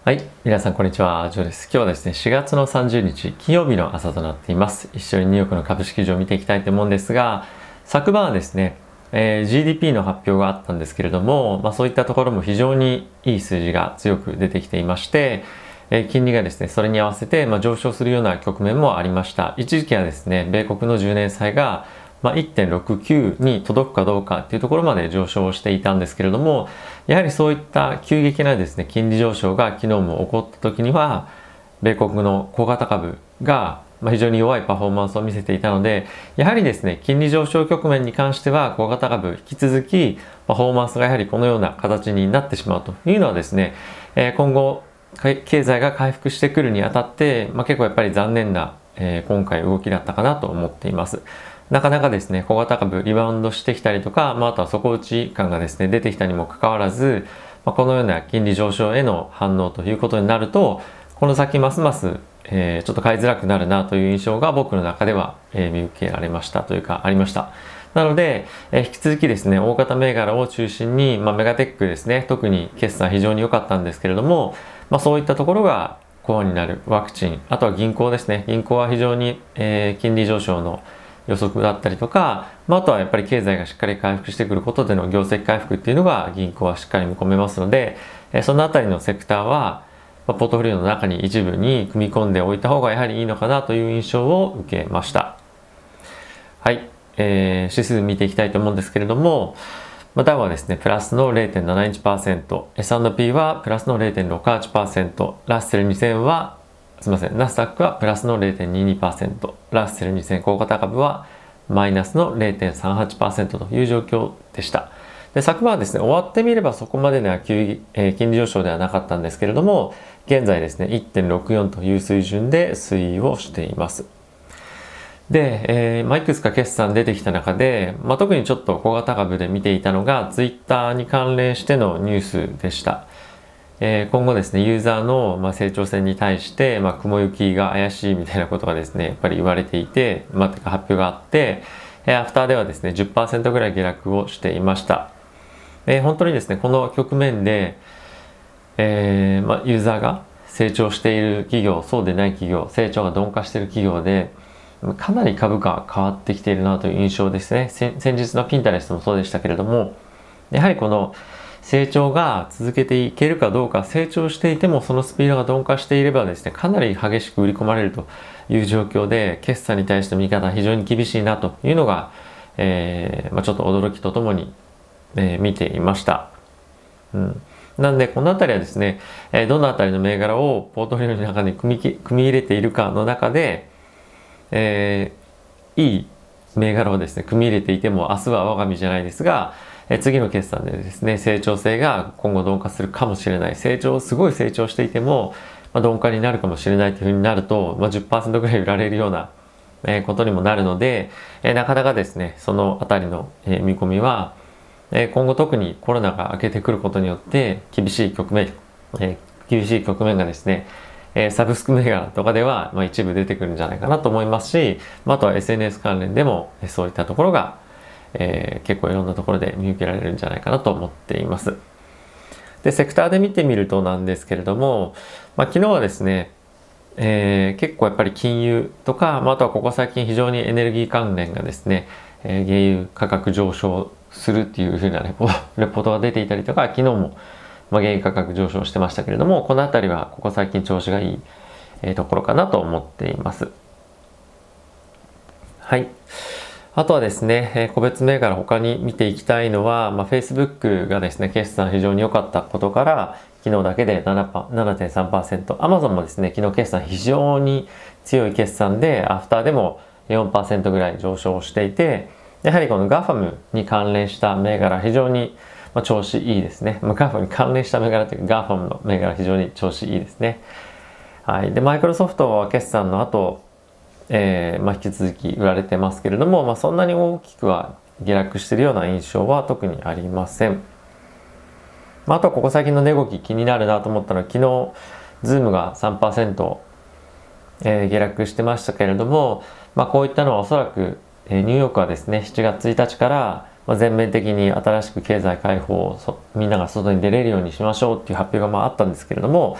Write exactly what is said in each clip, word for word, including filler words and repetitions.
はい。皆さん、こんにちは。ジョーです。今日はですね、しがつのさんじゅうにち、金曜日の朝となっています。一緒にニューヨークの株式市場を見ていきたいと思うんですが、昨晩はですね、えー、ジーディーピー の発表があったんですけれども、まあ、そういったところも非常にいい数字が強く出てきていまして、えー、金利がですね、それに合わせて、まあ、上昇するような局面もありました。一時期はですね、米国のじゅうねん債がまあ、いってんろくきゅう に届くかどうかっていうところまで上昇していたんですけれども、やはりそういった急激なですね、金利上昇が昨日も起こった時には、米国の小型株が非常に弱いパフォーマンスを見せていたので、やはりですね、金利上昇局面に関しては小型株引き続きパフォーマンスがやはりこのような形になってしまうというのはですね、今後経済が回復してくるにあたって、まあ、結構やっぱり残念な、えー、今回動きだったかなと思っています。なかなかですね、小型株リバウンドしてきたりとか、まあ、あとは底打ち感がですね、出てきたにもかかわらず、まあ、このような金利上昇への反応ということになると、この先ますます、えー、ちょっと買いづらくなるなという印象が僕の中では、えー、見受けられましたというか、ありました。なので、えー、引き続きですね、大型銘柄を中心に、まあ、メガテックですね、特に決算非常に良かったんですけれども、まあ、そういったところがコアになるワクチン、あとは銀行ですね。銀行は非常に、えー、金利上昇の予測だったりとか、まあ、あとはやっぱり経済がしっかり回復してくることでの業績回復っていうのが銀行はしっかり見込めますので、えそのあたりのセクターは、まあ、ポートフォリオの中に一部に組み込んでおいた方がやはりいいのかなという印象を受けました。はい、えー、指数見ていきたいと思うんですけれども、まあ、ダウはですね、プラスの れいてんなないちパーセント、エスアンドピー はプラスの れいてんろくはちパーセント、ラッセルにせんはすみません、ナスダックはプラスの れいてんににパーセント、ラッセルにせん小型株はマイナスの れいてんさんはちパーセント という状況でした。で、昨晩はですね、終わってみればそこまででは急、えー、金利上昇ではなかったんですけれども、現在ですね、いってんろくよん という水準で推移をしています。で、えーまあ、いくつか決算出てきた中で、まあ、特にちょっと小型株で見ていたのが、ツイッターに関連してのニュースでした。えー、今後ですね、ユーザーの、まあ、成長線に対して、まあ、雲行きが怪しいみたいなことがですね、やっぱり言われていて、まあ、てか発表があって、えー、アフターではですね、じゅっパーセント ぐらい下落をしていました。えー、本当にですね、この局面で、えーまあ、ユーザーが成長している企業、そうでない企業、成長が鈍化している企業で、かなり株価変わってきているなという印象ですね。先日のピンタレストもそうでしたけれども、やはりこの成長が続けていけるかどうか、成長していてもそのスピードが鈍化していればですね、かなり激しく売り込まれるという状況で、決算に対しての見方は非常に厳しいなというのが、えーまあ、ちょっと驚きとともに、えー、見ていました。うん、なんで、このあたりはですね、えー、どのあたりの銘柄をポートフォリオの中に組み組み入れているかの中で、えー、いい銘柄をですね、組み入れていても、明日は我が身じゃないですが、え次の決算でですね、成長性が今後鈍化するかもしれない。成長、すごい成長していても、まあ、鈍化になるかもしれないというふうになると、まあ、じゅっパーセント ぐらい売られるような、えー、ことにもなるので、えー、なかなかですね、そのあたりの、えー、見込みは、えー、今後特にコロナが明けてくることによって、厳しい局面、えー、厳しい局面がですね、えー、サブスク銘柄とかでは、まあ、一部出てくるんじゃないかなと思いますし、まあ、あとは エスエヌエス 関連でも、そういったところが、えー、結構いろんなところで見受けられるんじゃないかなと思っています。で、セクターで見てみるとなんですけれども、まあ、昨日はですね、えー、結構やっぱり金融とか、まあ、あとはここ最近非常にエネルギー関連がですね、えー、原油価格上昇するっていうふうなレポレポートが出ていたりとか、昨日もまあ原油価格上昇してましたけれども、このあたりはここ最近調子がいい、えー、ところかなと思っています。はい。あとはですね、えー、個別銘柄他に見ていきたいのは、まあ、Facebook がですね、決算非常に良かったことから、昨日だけで ななてんさんパーセント、Amazon もですね、昨日決算非常に強い決算で、アフターでも よんパーセント ぐらい上昇していて、やはりこの ガファム に関連した銘柄非常に調子いいですね。ガファム に関連した銘柄というか ガファム の銘柄非常に調子いいですね。はい。で、マイクロソフトは決算の後、えーまあ、引き続き売られてますけれども、まあ、そんなに大きくは下落しているような印象は特にありません。まあ、あとはここ最近の値動き気になるなと思ったのは、昨日、ズームが さんパーセント、えー、下落してましたけれども、まあ、こういったのはおそらく、えー、ニューヨークはですね、しちがつついたちから、まあ、全面的に新しく経済開放をみんなが外に出れるようにしましょうっていう発表がまああったんですけれども、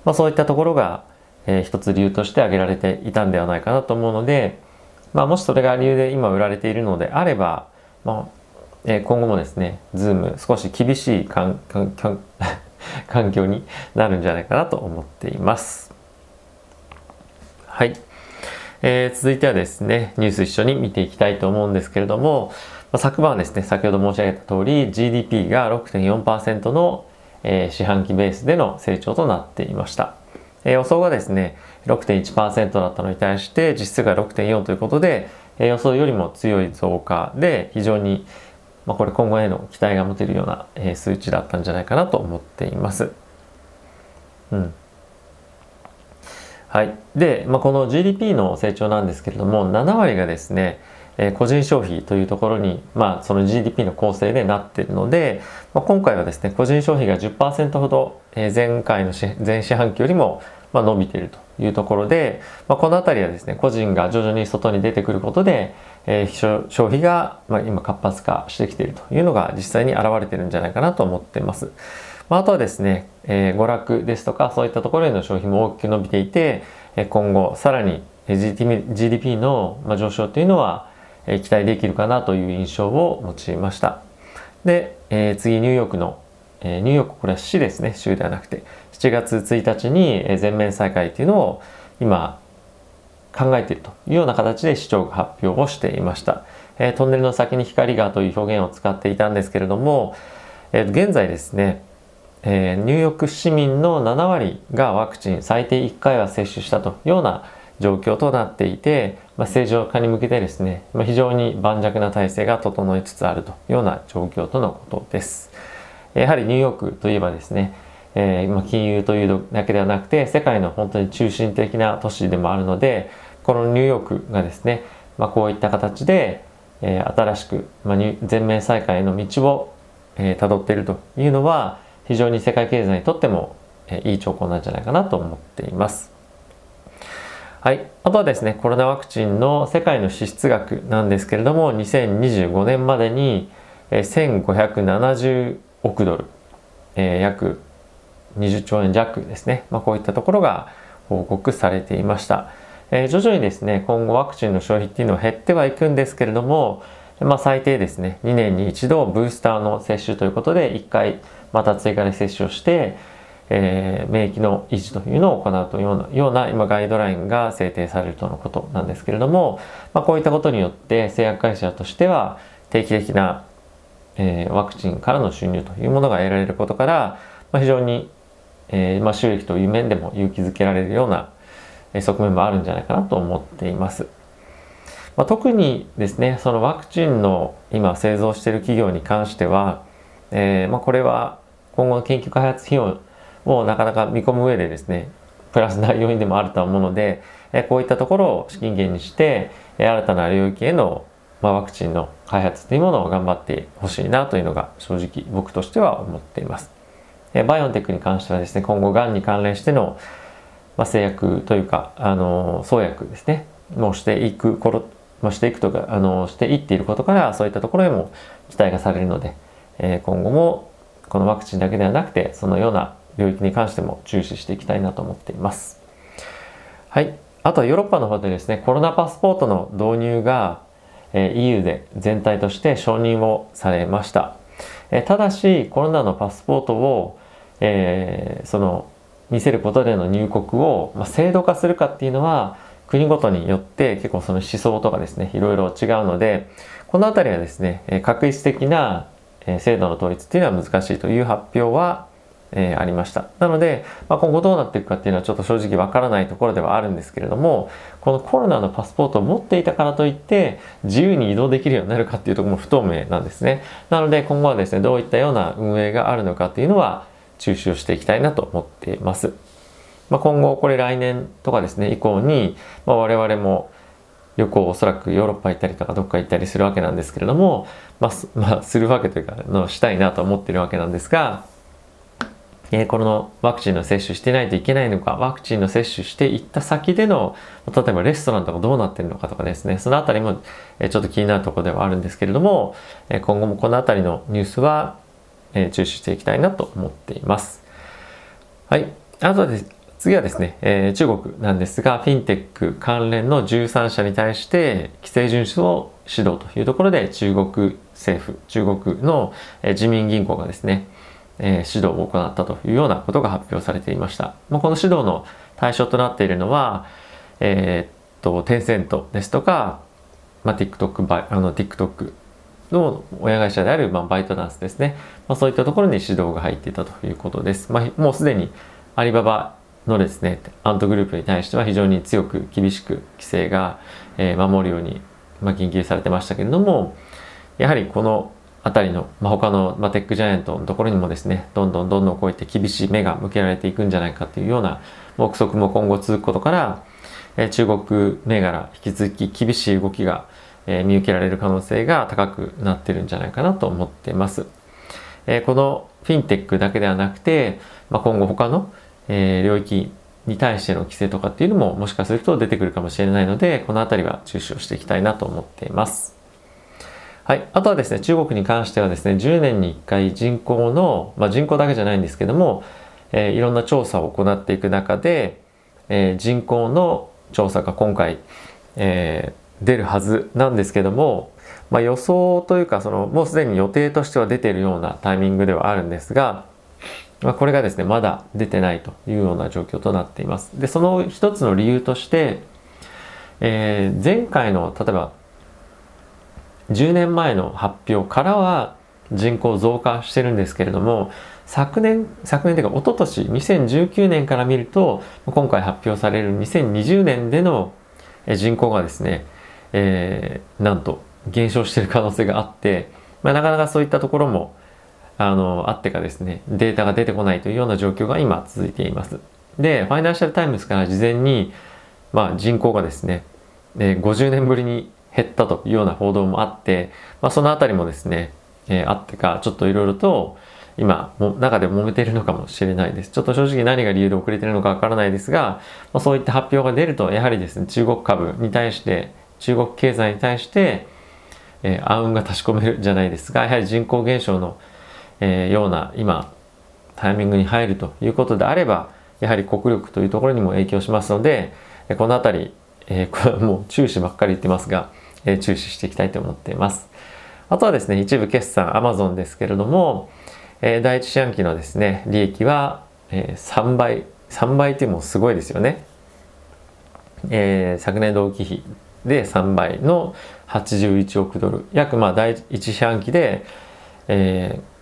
まあ、そういったところが、えー、一つ理由として挙げられていたんではないかなと思うので、まあ、もしそれが理由で今売られているのであれば、まあえー、今後もですね、ズーム少し厳しい環環境になるんじゃないかなと思っています。はい。えー、続いてはですね、ニュース一緒に見ていきたいと思うんですけれども、まあ、昨晩はですね、先ほど申し上げた通り ジーディーピー が ろくてんよんパーセント の、えー、四半期ベースでの成長となっていました。えー、予想がですね ろくてんいちパーセント だったのに対して実質が ろくてんよん ということで、えー、予想よりも強い増加で非常に、まあ、これ今後への期待が持てるような、えー、数値だったんじゃないかなと思っています。うん。はい。で、まあ、この ジーディーピー の成長なんですけれども、ななわりがですね、えー、個人消費というところに、まあ、その ジーディーピー の構成でなっているので、まあ、今回はですね、個人消費が じゅっパーセント ほど、えー、前回の前四半期よりも、まあ、伸びているというところで、まあ、このあたりはですね、個人が徐々に外に出てくることで、えー、消費が、まあ、今活発化してきているというのが実際に現れているんじゃないかなと思っています。まあ、あとはですね、えー、娯楽ですとかそういったところへの消費も大きく伸びていて、今後さらに ジーディーピー の上昇というのは期待できるかなという印象を持ちました。で、えー、次ニューヨークの、えー、ニューヨークこれは市ですね、州ではなくてしちがつついたちに全面再開というのを今考えているというような形で市長が発表をしていました。えー、トンネルの先に光がという表現を使っていたんですけれども、えー、現在ですね、えー、ニューヨーク市民のななわりがワクチン最低いっかいは接種したというような状況となっていて、まあ、正常化に向けてですね、まあ、非常に盤石な体制が整いつつあるというような状況とのことです。やはりニューヨークといえばですね、えー、まあ金融というだけではなくて世界の本当に中心的な都市でもあるので、このニューヨークがですね、まあ、こういった形で、えー、新しく、まあ、全面再開への道を、えー、辿っているというのは非常に世界経済にとっても、えー、いい兆候なんじゃないかなと思っています。はい、あとはですね、コロナワクチンの世界の支出額なんですけれども、にせんにじゅうごねんまでにせんごひゃくななじゅうおくドル、えー、約にじゅっちょうえん弱ですね、まあ、こういったところが報告されていました。えー、徐々にですね、今後ワクチンの消費っていうのは減ってはいくんですけれども、まあ、最低ですね、にねんに一度ブースターの接種ということでいっかいまた追加で接種をして、えー、免疫の維持というのを行うというような、ような今ガイドラインが制定されるとのことなんですけれども、まあ、こういったことによって製薬会社としては定期的な、えー、ワクチンからの収入というものが得られることから、まあ、非常に、えーまあ、収益という面でも勇気づけられるような側面もあるんじゃないかなと思っています。まあ、特にですね、そのワクチンの今製造している企業に関しては、えーまあ、これは今後の研究開発費用をなかなか見込む上でですね、プラスな要因でもあるとは思うので、えこういったところを資金源にして、え新たな領域への、まあ、ワクチンの開発というものを頑張ってほしいなというのが正直僕としては思っています。えバイオンテックに関してはですね、今後がんに関連しての、まあ、製薬というか、あの創薬ですね、もうしていく頃、まあ、していくとか、あのしていっていることから、そういったところへも期待がされるので、え今後もこのワクチンだけではなくて、そのような領域に関しても注視していきたいなと思っています。はい。あとはヨーロッパの方でですね、コロナパスポートの導入が、えー、イーユー で全体として承認をされました。えー、ただし、コロナのパスポートを、えー、その、見せることでの入国を、まあ、制度化するかっていうのは、国ごとによって結構その思想とかですね、いろいろ違うので、このあたりはですね、画一的な制度の統一っていうのは難しいという発表は、えー、ありました。なので、まあ、今後どうなっていくかっていうのはちょっと正直わからないところではあるんですけれども、このコロナのパスポートを持っていたからといって自由に移動できるようになるかっていうところも不透明なんですね。なので今後はですね、どういったような運営があるのかっていうのは注視をしていきたいなと思っています。まあ、今後これ来年とかですね以降に、まあ、我々も旅行おそらくヨーロッパ行ったりとかどっか行ったりするわけなんですけれども、まあ、まあ、するわけというかのしたいなと思っているわけなんですが、えー、このワクチンの接種していないといけないのか、ワクチンの接種していった先での例えばレストランとかどうなってるのかとかですね、そのあたりもちょっと気になるところではあるんですけれども、今後もこのあたりのニュースは注視していきたいなと思っています。はい。あとはです次はですね、えー、中国なんですが、フィンテック関連のじゅうさんしゃに対して規制遵守を指導というところで、中国政府、中国の人民銀行がですね、えー、指導を行ったというようなことが発表されていました。まあ、この指導の対象となっているのは、えー、っと、テンセントですとか、まあ、TikTok、バイあの TikTok の親会社である、まあ、バイトダンスですね。まあ、そういったところに指導が入っていたということです。まあ、もうすでにアリババのですね、アントグループに対しては非常に強く厳しく規制が、えー、守るように、まあ、言及されてましたけれども、やはりこのあたりの、まあ、他の、まあ、テックジャイアントのところにもですね、どんどんどんどんこういった厳しい目が向けられていくんじゃないかというような目測も今後続くことから、えー、中国銘柄引き続き厳しい動きが、えー、見受けられる可能性が高くなってるんじゃないかなと思っています。えー、このフィンテックだけではなくて、まあ、今後他のえー、領域に対しての規制とかっていうのももしかすると出てくるかもしれないので、このあたりは注視をしていきたいなと思っています。はい。あとはですね、中国に関してはですね、じゅうねんにいっかい人口の、まあ、人口だけじゃないんですけども、えー、いろんな調査を行っていく中で、えー、人口の調査が今回、えー、出るはずなんですけども、まあ、予想というか、そのもうすでに予定としては出ているようなタイミングではあるんですが、まあ、これがですね、まだ出てないというような状況となっています。で、その一つの理由として、えー、前回の、例えば、じゅうねんまえの発表からは人口増加してるんですけれども、昨年、昨年というか、一昨年、にせんじゅうきゅうねんから見ると、今回発表されるにせんにじゅうねんでの人口がですね、えー、なんと減少している可能性があって、まあ、なかなかそういったところも、あの、あってかですね、データが出てこないというような状況が今続いています。で、ファイナンシャルタイムズから事前に、まあ人口がですね、えー、ごじゅうねんぶりに減ったというような報道もあって、まあそのあたりもですね、えー、あってか、ちょっといろいろと今、も中で揉めているのかもしれないです。ちょっと正直何が理由で遅れているのかわからないですが、まあ、そういった発表が出ると、やはりですね、中国株に対して、中国経済に対して、えー、暗雲が立ち込めるじゃないですが、やはり人口減少のえー、ような今タイミングに入るということであれば、やはり国力というところにも影響しますので、このあたり、えー、これもう注視ばっかり言ってますが、えー、注視していきたいと思っています。あとはですね、一部決算 Amazon ですけれども、えー、第一四半期のですね、利益は、えー、さんばい、さんばいっていうのもすごいですよね。えー、昨年同期比でさんばいのはちじゅういちおくドル、約まあ第一四半期で、えー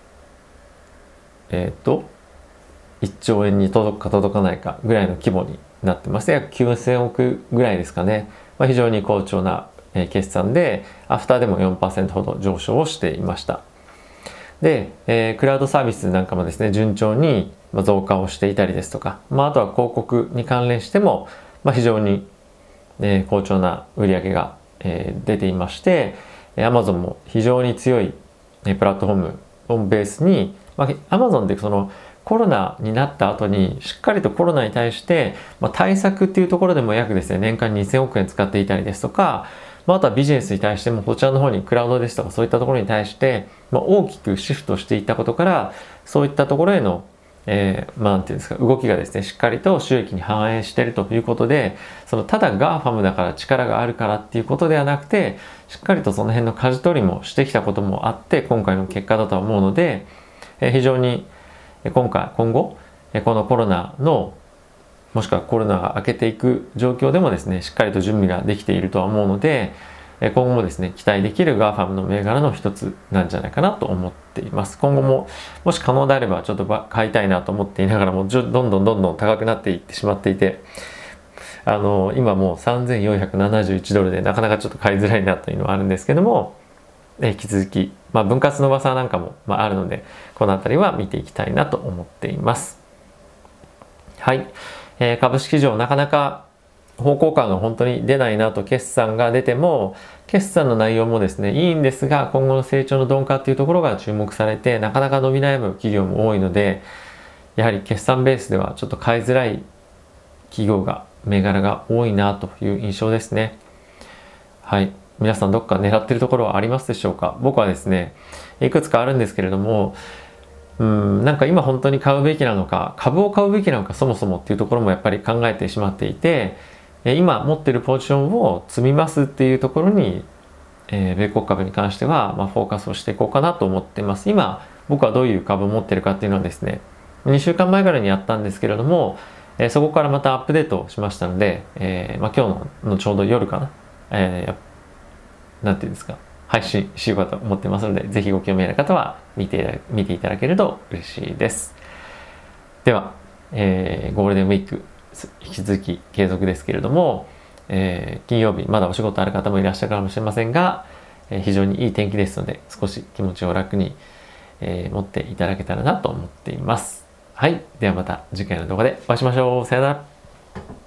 えっといっちょうえんに届くか届かないかぐらいの規模になってます。約きゅうせんおくぐらいですかね。まあ、非常に好調な決算で、アフターでも よんパーセント ほど上昇をしていました。で、えー、クラウドサービスなんかもですね、順調に増加をしていたりですとか、まあ、あとは広告に関連しても、まあ、非常に、えー、好調な売り上げが、えー、出ていまして、Amazon も非常に強いプラットフォームをベースに、まあ、Amazon ってそのコロナになった後にしっかりとコロナに対して、まあ、対策っていうところでも約ですね、年間にせんおくえん使っていたりですとか、まあ、あとはビジネスに対してもこちらの方にクラウドですとかそういったところに対して、まあ、大きくシフトしていったことから、そういったところへのえー、まあ、なんていうんですか、動きがですね、しっかりと収益に反映しているということで、そのただ ガーファム だから力があるからっていうことではなくて、しっかりとその辺の舵取りもしてきたこともあって、今回の結果だとは思うので、えー、非常に今回、今後、このコロナの、もしくはコロナが明けていく状況でもですね、しっかりと準備ができているとは思うので、今後もですね、期待できる ガーファム の銘柄の一つなんじゃないかなと思っています。今後も、もし可能であればちょっと買いたいなと思っていながらも、どんどんどんどん高くなっていってしまっていて、あの、今もうさんぜんよんひゃくななじゅういちドルでなかなかちょっと買いづらいなというのはあるんですけども、引き続き、まあ、分割の噂なんかも、まあ、あるので、このあたりは見ていきたいなと思っています。はい。えー、株式市場なかなか方向感が本当に出ないなと、決算が出ても、決算の内容もですね、いいんですが、今後の成長の鈍化っていうところが注目されて、なかなか伸び悩む企業も多いので、やはり決算ベースではちょっと買いづらい企業が、銘柄が多いなという印象ですね。はい。皆さんどっか狙ってるところはありますでしょうか？僕はですね、いくつかあるんですけれども、 うん、なんか今本当に買うべきなのか、株を買うべきなのかそもそもっていうところもやっぱり考えてしまっていて、今持ってるポジションを積みますっていうところに、えー、米国株に関しては、まあ、フォーカスをしていこうかなと思っています。今僕はどういう株を持ってるかっていうのはですね、にしゅうかんまえぐらいにやったんですけれども、えー、そこからまたアップデートしましたので、えーまあ、今日 の, のちょうど夜かな、えー、なんていうんですか、配信しようかと思ってますので、ぜひご興味ある方は見て見ていただけると嬉しいです。では、えー、ゴールデンウィーク引き続き継続ですけれども、えー、金曜日まだお仕事ある方もいらっしゃるかもしれませんが、えー、非常にいい天気ですので、少し気持ちを楽に、えー、持っていただけたらなと思っています。はい。ではまた次回の動画でお会いしましょう。さよなら。